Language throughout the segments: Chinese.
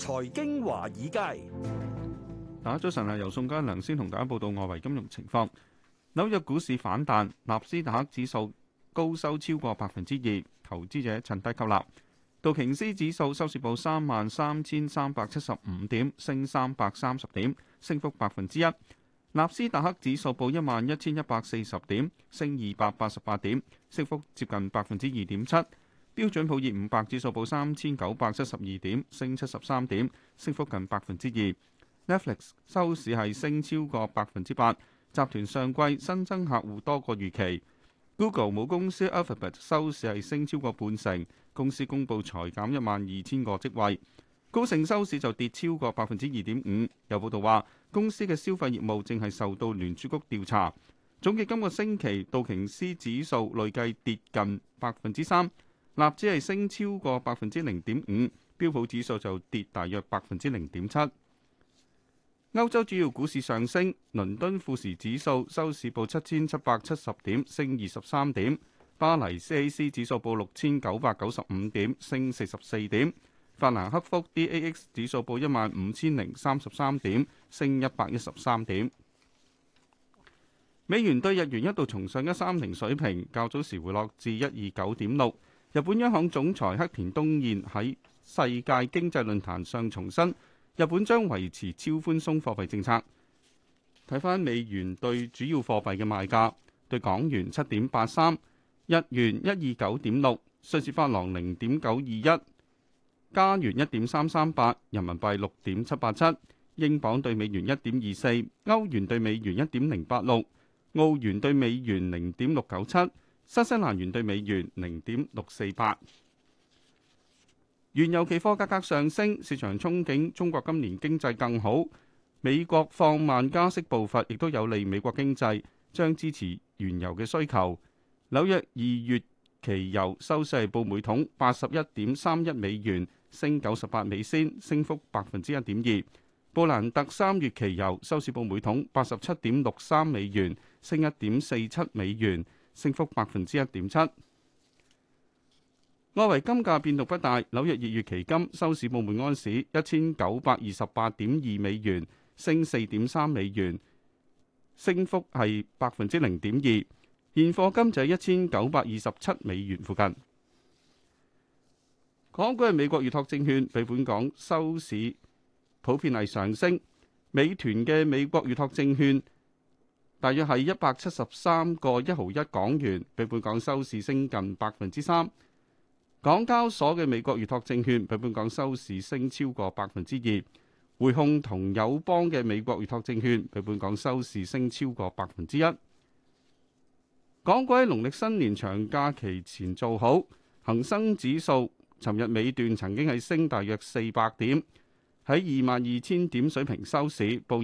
財經華爾街， 大家早晨啊！由宋嘉良先同大家報道外圍金融情況。紐約股市反彈，納斯達克指數高收超過2%，投資者趁低吸納。道瓊斯指數收市報33,375點，升330點，升幅1%。納斯達克指數報11,140點，升288點，升幅接近2.7%。標準普爾500指數報3,972點，升73點，升幅近2%。Netflix 收市係升超過8%，集團上季新增客戶多過預期。Google 母公司 Alphabet 收市係升超過半成，公司公佈裁減12,000個職位。高盛收市就跌超過2.5%。有報道話，公司嘅消費業務正係受到聯儲局調查。總結今個星期道瓊斯指數累計跌近3%，納指係升超過0.5%，標普指數就跌大約0.7%。歐洲主要股市上升，倫敦富時指數收市報7,770點，升23點；巴黎 CAC 指數報6,995點，升44點；法蘭克福 DAX 指數報15,033點，升113點。美元對日元一度重上130水平，較早時回落至129.6。日本央行總裁黑田東彥喺世界經濟論壇上重申，日本將維持超寬鬆貨幣政策。睇返美元對主要貨幣嘅賣價，對港元7.83，日元129.6，瑞士法郎0.921，加元1.338，人民幣6.787，英鎊對美元1.24，歐元對美元1.086，澳元對美元0.697，新西蘭元對美元0.648。原油期貨價格上升，市場憧憬中國今年經濟更好，美國放慢加息步伐，亦都有利美國經濟，將支持原油嘅需求。紐約2月期油收市報每桶81.31美元，升98美仙，升幅1.2%。布蘭特3月期油收市報每桶87.63美元，升1.47美元，升幅1.7%。外圍金價變動不大，紐約2月期金收市報每安士1928.2美元，升4.3美元，升幅係0.2%。現貨金就喺1927美元附近。港股嘅美國預託證券比本港收市普遍係上升，美團嘅美國預託證券大約係173.1港元，比本港收市升近3%。港交所嘅美國預託證券比本港收市升超過2%，匯控同友邦嘅美國預託證券比本港收市升超過1%。港股喺農曆新年長假期前做好，恒生指數尋日尾段曾經係升大約400點，喺22,000點水平收市，報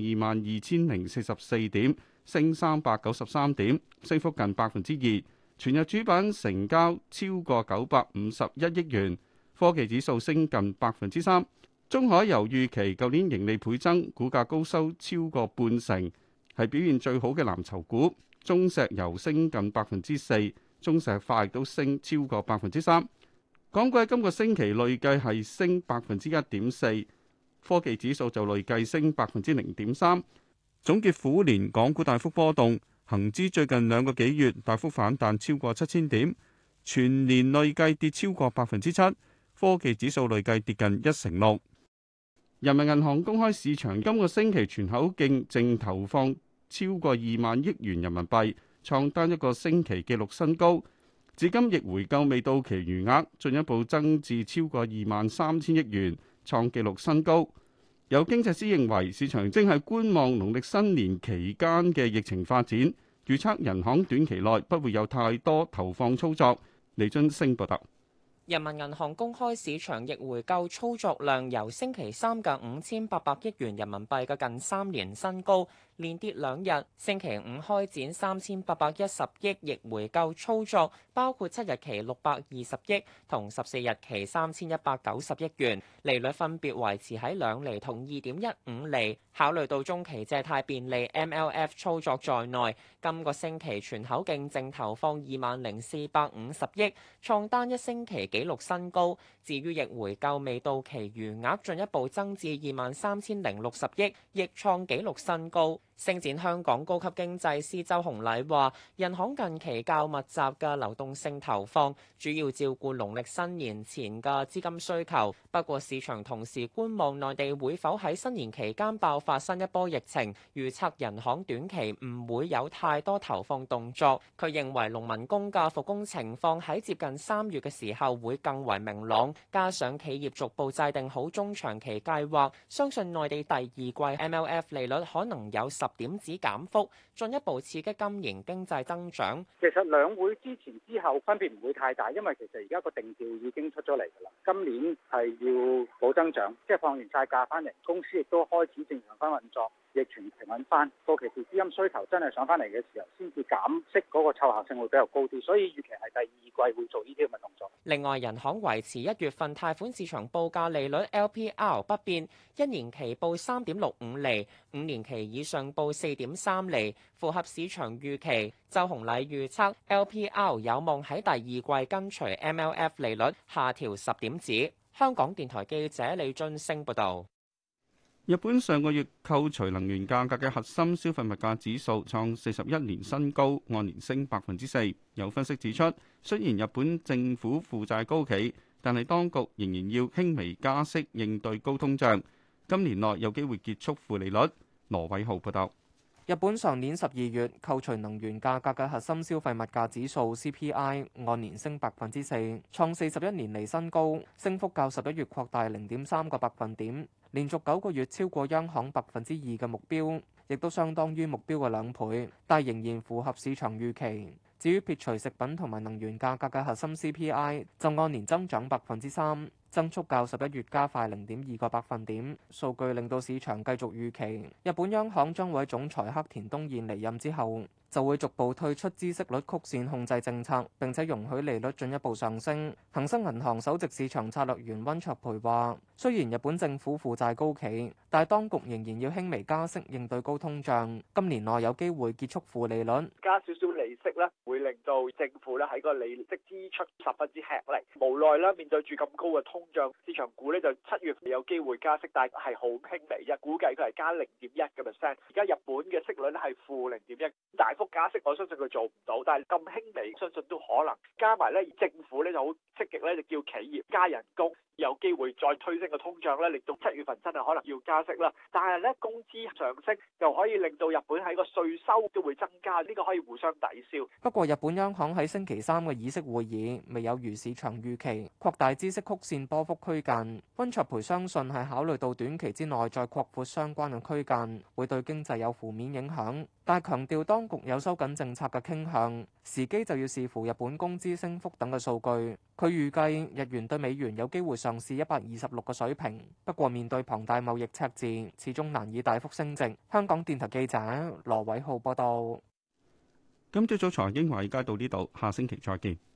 22,044點，升393點，升幅近2%。全日主板成交超過951億元，科技指數升近3%。中海油預期舊年盈利倍增，股價高收超過半成，係表現最好嘅藍籌股。中石油升近4%，中石化亦都升超過3%。港股喺今個星期累計係升1.4%，科技指數就累計升0.3%。總結虎年港股大幅波動。恒指最近2個幾月大幅反彈超過7000點，全年累計跌超過7%，科技指數累計跌近6%。人民銀行公開市場今個星期全口徑淨投放超過2萬億元人民幣，創單一個星期紀錄新高。至今逆回購未到期餘額進一步增至超過23,000億元，創紀錄新高。有經濟師認為，市場正係觀望農曆新年期間嘅疫情發展，預測人行短期內不會有太多投放操作。李津升報道。 人民銀行公開市場逆回購操作量由星期三嘅5800億元人民幣嘅近3年新高，連跌2日。星期五開展3810億逆回購操作，包括7日期620億同14日期3190億元，利率分別維持喺2厘同2.15厘。考慮到中期借貸便利 MLF 操作在內，今個星期全口徑淨投放20450億，創單一星期紀錄新高。至於逆回購未到期餘額進一步增至23,060億，亦創紀錄新高。星展香港高級經濟師周洪禮話，人行近期較密集嘅流動性投放，主要照顧農曆新年前嘅資金需求。不過市場同時觀望內地會否喺新年期間爆發新一波疫情，預測人行短期唔會有太多投放動作。佢認為農民工嘅復工情況喺接近3月嘅時候會更為明朗，加上企業逐步制定好中長期計劃，相信內地第二季 MLF 利率可能有10點子減幅，進一步刺激今年經濟增長。 其實兩會之前之後分別唔會太大，因為其實而家個定調已經出咗嚟㗎啦。今年係要保增長，即係放完晒假翻嚟，公司亦都開始正常翻運作。疫情平穩翻，到期時資金需求真係上翻嚟嘅時候，先至減息嗰個奏效性會比較高啲，所以預期係第二季會做呢啲咁嘅動作。 另外，人行維持1月份貸款市場報價利率 LPR 不變，1年期報3.65厘，5年期以上報4.3厘，符合市場預期。周洪禮預測 LPR 有望喺第二季跟隨 MLF 利率下調10點子。香港電台記者李津升報導。 日本上個月扣除能源價格嘅核心消費物價指數創41年新高，按年升4%。有分析指出，雖然日本政府負債高企，但係當局仍然要輕微加息應對高通脹，今年內有機會結束負利率。羅偉浩報道。 日本上年12月扣除能源價格嘅核心消費物價指數 CPI 按年升4%，創41年嚟新高，升幅較11月擴大0.3個百分點，連續9個月超過央行2%嘅目標，亦都相當於目標嘅2倍，但仍然符合市場預期。至於撇除食品同埋能源價格嘅核心 CPI 就按年增長3%，增速較11月加快0.2個百分點。數據令到市場繼續預期，日本央行將會喺總裁黑田東彥離任之後，就會逐步退出孳息率曲線控制政策，並且容許利率進一步上升。恒生銀行首席市場策略員溫卓培話，雖然日本政府負債高企，但係當局仍然要輕微加息應對高通脹，今年內有機會結束負利率。 加少少利息咧，會令到政府咧喺個利息支出十分之吃力。無奈啦，面對住咁高嘅通脹，市場股咧就7月有機會加息，但係好輕微嘅，估計佢係加0.1%。而家日本嘅息率咧係負0.1%，大幅加息我相信佢做唔到，但係咁輕微，相信都可能。加埋咧，政府咧就好積極咧，就叫企業加人工，有機會再推升個通脹咧，令到7月份真係可能要加息啦。但係咧，工資上升又可以令到日本喺個稅收都會增加，呢個可以互相抵消。 不過，日本央行喺星期3嘅議息會議未有如市場預期擴大孳息曲線波幅區間。溫卓培相信係考慮到短期之內再擴闊相關嘅區間會對經濟有負面影響，但係強調當局有收緊政策嘅傾向，時機就要視乎日本工資升幅等嘅數據。佢預計日元對美元有機會上試126個水平，不過面對龐大貿易赤字，始終難以大幅升值。香港電台記者羅偉浩報道。 今朝早財經華爾街到呢度，下星期再見。